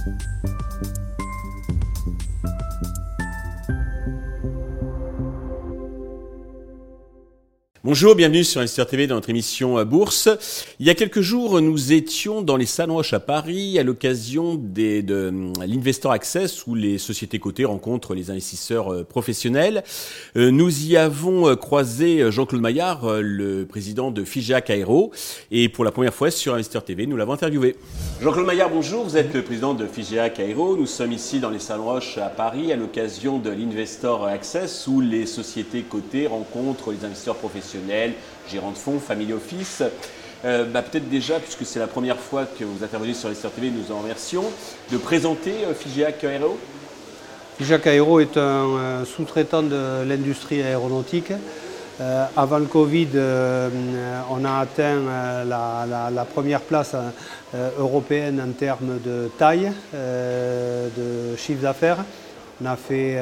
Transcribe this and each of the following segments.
Bonjour, bienvenue sur Investir TV dans notre émission Bourse. Il y a quelques jours, nous étions dans les Salons Roche à Paris à l'occasion de l'Investor Access où les sociétés cotées rencontrent les investisseurs professionnels. Nous y avons croisé Jean-Claude Maillard, le président de Figeac Aéro, et pour la première fois sur Investir TV, nous l'avons interviewé. Jean-Claude Maillard, bonjour, vous êtes le président de Figeac Aéro. Nous sommes ici dans les Salons Roche à Paris à l'occasion de l'Investor Access où les sociétés cotées rencontrent les investisseurs professionnels, gérants de fonds, family office. Peut-être déjà, puisque c'est la première fois que vous intervenez sur Investir TV, nous en remercions, de présenter Figeac Aéro. Figeac Aéro est un sous-traitant de l'industrie aéronautique. Avant le Covid, on a atteint la première place européenne en termes de taille, de chiffre d'affaires. On a fait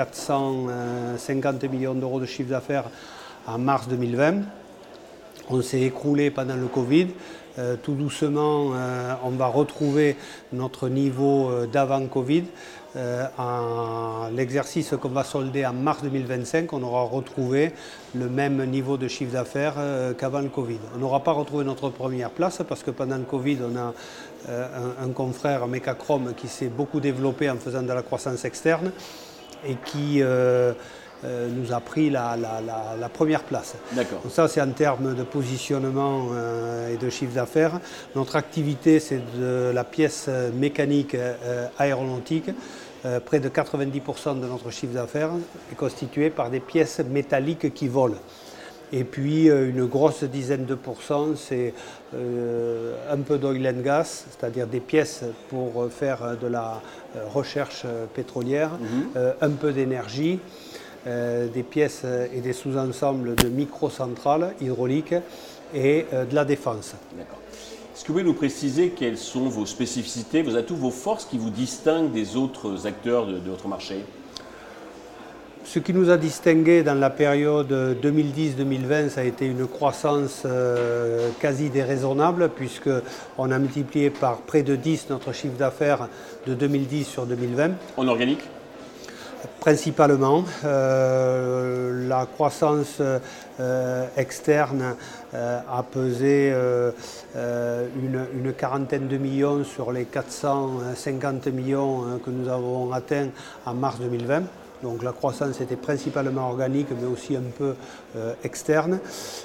450 millions d'euros de chiffre d'affaires en mars 2020. On s'est écroulé pendant le Covid. Tout doucement, on va retrouver notre niveau d'avant Covid. L'exercice qu'on va solder en mars 2025, on aura retrouvé le même niveau de chiffre d'affaires qu'avant le Covid. On n'aura pas retrouvé notre première place parce que pendant le Covid, on a un confrère, Mecachrome, qui s'est beaucoup développé en faisant de la croissance externe et qui nous a pris la première place. D'accord. Donc ça, c'est en termes de positionnement et de chiffre d'affaires. Notre activité, c'est de la pièce mécanique aéronautique. Près de 90% de notre chiffre d'affaires est constitué par des pièces métalliques qui volent. Et puis une grosse dizaine de pourcents, c'est un peu d'oil and gas, c'est-à-dire des pièces pour faire de la recherche pétrolière, un peu d'énergie, des pièces et des sous-ensembles de microcentrales hydrauliques et de la défense. D'accord. Est-ce que vous pouvez nous préciser quelles sont vos spécificités, vos atouts, vos forces qui vous distinguent des autres acteurs de votre marché ? Ce qui nous a distingués dans la période 2010-2020, ça a été une croissance quasi déraisonnable puisqu'on a multiplié par près de 10 notre chiffre d'affaires de 2010 sur 2020. En organique ? Principalement, la croissance externe a pesé une quarantaine de millions sur les 450 millions que nous avons atteints en mars 2020. Donc la croissance était principalement organique mais aussi un peu externe.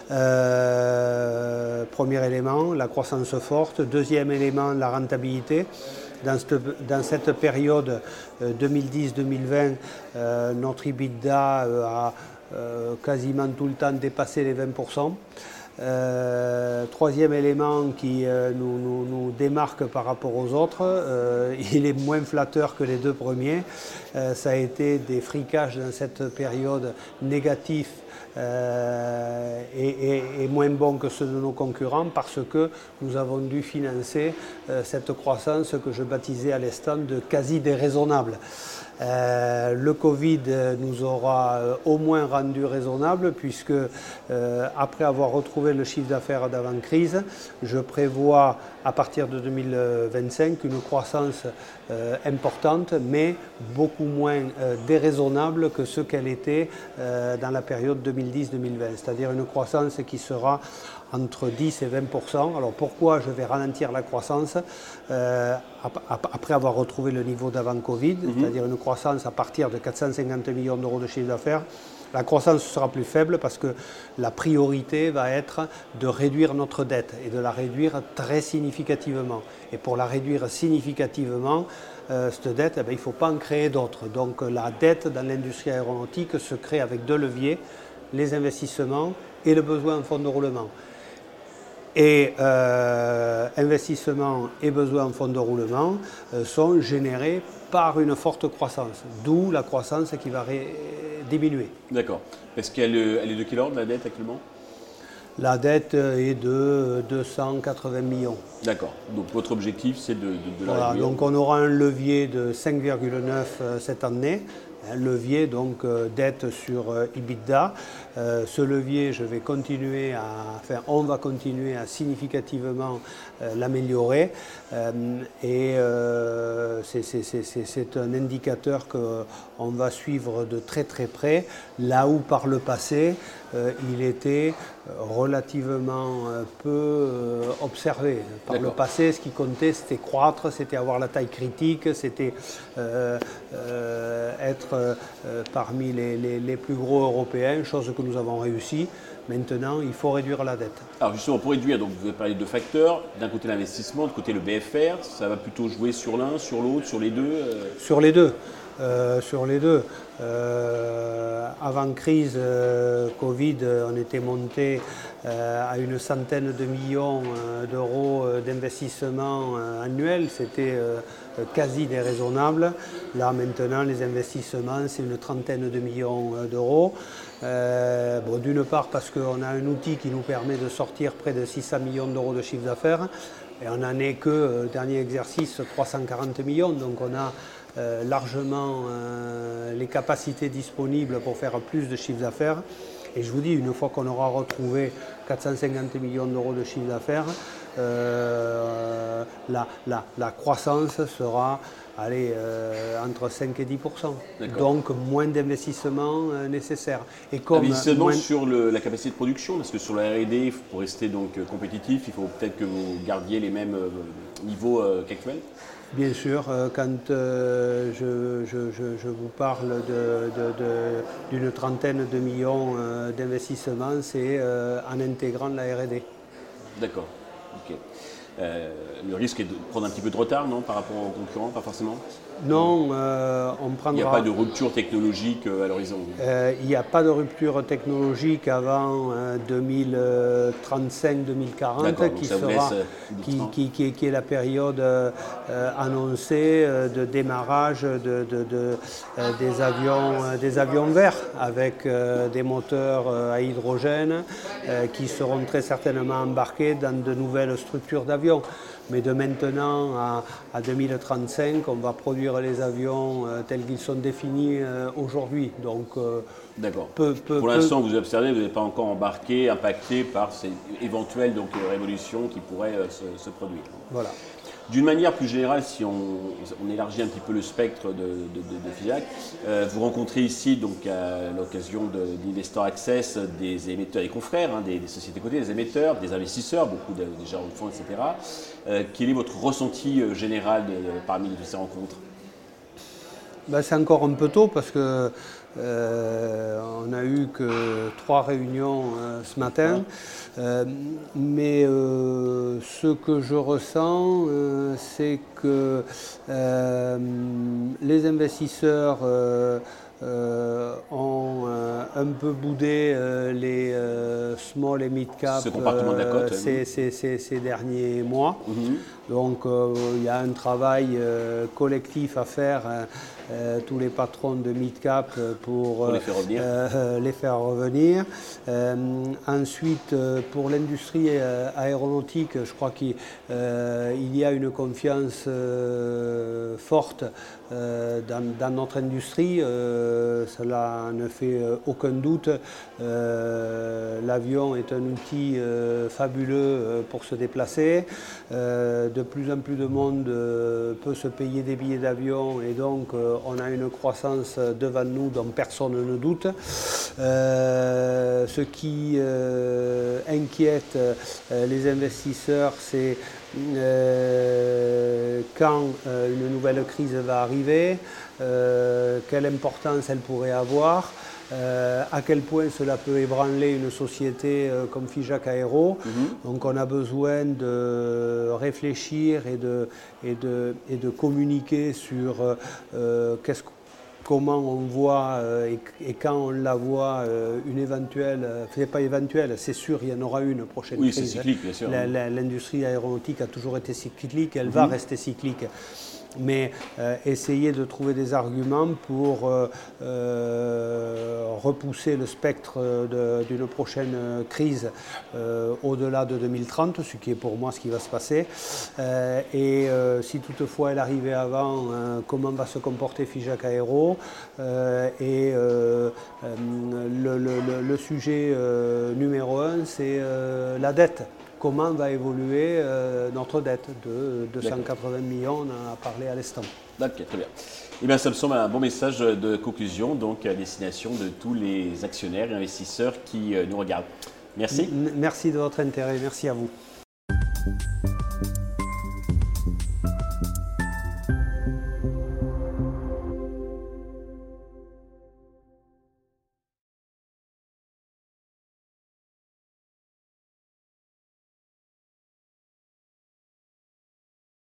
Premier élément, la croissance forte. Deuxième élément, la rentabilité. Dans cette période 2010-2020, notre EBITDA a quasiment tout le temps dépassé les 20%. Troisième élément qui nous démarque par rapport aux autres, il est moins flatteur que les deux premiers. Ça a été des fricages dans cette période négatifs et moins bons que ceux de nos concurrents parce que nous avons dû financer cette croissance que je baptisais à l'instant de quasi déraisonnable. Le Covid nous aura au moins rendu raisonnable puisque après avoir retrouvé le chiffre d'affaires d'avant-crise, je prévois à partir de 2025 une croissance importante mais beaucoup moins déraisonnable que ce qu'elle était dans la période 2010-2020, c'est-à-dire une croissance qui sera entre 10 et 20%. Alors pourquoi je vais ralentir la croissance après avoir retrouvé le niveau d'avant Covid, c'est-à-dire une croissance à partir de 450 millions d'euros de chiffre d'affaires. La croissance sera plus faible parce que la priorité va être de réduire notre dette et de la réduire très significativement. Et pour la réduire significativement, cette dette, il ne faut pas en créer d'autres. Donc la dette dans l'industrie aéronautique se crée avec deux leviers, les investissements et le besoin en fonds de roulement. Et investissement et besoin en fonds de roulement sont générés par une forte croissance, d'où la croissance qui va diminuer. D'accord. Est-ce qu'elle est de quel ordre la dette actuellement ? La dette est de 280 millions. D'accord. Donc votre objectif, c'est de la réduire. Donc on aura un levier de 5,9 cette année. Un levier, donc dette sur EBITDA. Ce levier, on va continuer à significativement l'améliorer. Et c'est un indicateur qu'on va suivre de très très près, là où par le passé, il était relativement peu observé. Par le passé, ce qui comptait, c'était croître, c'était avoir la taille critique, c'était être parmi les plus gros européens, chose que nous avons réussi. Maintenant, il faut réduire la dette. Alors justement, pour réduire, donc vous avez parlé de deux facteurs. D'un côté l'investissement, de l'autre côté le BFR. Ça va plutôt jouer sur l'un, sur l'autre, sur les deux Sur les deux. Sur les deux. Avant crise Covid, on était monté à une centaine de millions d'euros d'investissement annuel. C'était quasi déraisonnable. Là maintenant, les investissements, c'est une trentaine de millions d'euros. D'une part parce qu'on a un outil qui nous permet de sortir près de 600 millions d'euros de chiffre d'affaires. Et on n'en est que, dernier exercice, 340 millions. Donc on a largement les capacités disponibles pour faire plus de chiffre d'affaires. Et je vous dis, une fois qu'on aura retrouvé 450 millions d'euros de chiffre d'affaires, la croissance sera entre 5 et 10%. Donc moins d'investissement nécessaire. Et comme investissement sur la capacité de production, parce que sur la R&D, pour rester donc compétitif, il faut peut-être que vous gardiez les mêmes niveaux qu'actuels. Bien sûr, quand je vous parle d'une trentaine de millions d'investissements, c'est en intégrant la R&D. D'accord, ok. Le risque est de prendre un petit peu de retard, non, par rapport aux concurrents, pas forcément? Non, on prendra... Il n'y a pas de rupture technologique à l'horizon? Il n'y a pas de rupture technologique avant 2035-2040, qui est la période annoncée de démarrage des avions verts, avec des moteurs à hydrogène qui seront très certainement embarqués dans de nouvelles structures d'avions. Mais de maintenant à 2035, on va produire les avions tels qu'ils sont définis aujourd'hui. Donc, d'accord. Pour l'instant, vous observez, vous n'êtes pas encore impacté par ces éventuelles révolutions qui pourraient se produire. Voilà. D'une manière plus générale, si on élargit un petit peu le spectre de FIJAC, vous rencontrez ici, donc à l'occasion d'Investor Access, des émetteurs, des confrères, des sociétés cotées, des émetteurs, des investisseurs, beaucoup des gérants de fonds, etc. Quel est votre ressenti général parmi ces rencontres? C'est encore un peu tôt parce que on n'a eu que 3 réunions ce matin. Mais ce que je ressens, c'est que les investisseurs ont un peu boudé les small et mid cap ces derniers mois. Donc il y a un travail collectif à faire, tous les patrons de mid-cap pour les faire revenir. Ensuite, pour l'industrie aéronautique, je crois qu'il y a une confiance forte dans notre industrie. Cela ne fait aucun doute. L'avion est un outil fabuleux pour se déplacer. De plus en plus de monde peut se payer des billets d'avion et donc on a une croissance devant nous dont personne ne doute. Ce qui inquiète les investisseurs, c'est quand une nouvelle crise va arriver, quelle importance elle pourrait avoir. À quel point cela peut ébranler une société comme FIJAC Aéro. Donc on a besoin de réfléchir et de communiquer sur comment on voit et quand on la voit une éventuelle, c'est pas éventuelle, c'est sûr il y en aura une prochaine crise. Oui, c'est cyclique bien sûr. L'industrie aéronautique a toujours été cyclique, elle va rester cyclique. Mais essayer de trouver des arguments pour repousser le spectre d'une prochaine crise au-delà de 2030, ce qui est pour moi ce qui va se passer. Et si toutefois elle arrivait avant, comment va se comporter FIJAC Aéro. Et le sujet numéro 1, c'est la dette. comment va évoluer notre dette de 280 millions, on en a parlé à l'instant. Ok, très bien. Eh bien, ça me semble un bon message de conclusion, donc à destination de tous les actionnaires et investisseurs qui nous regardent. Merci. Merci de votre intérêt, merci à vous.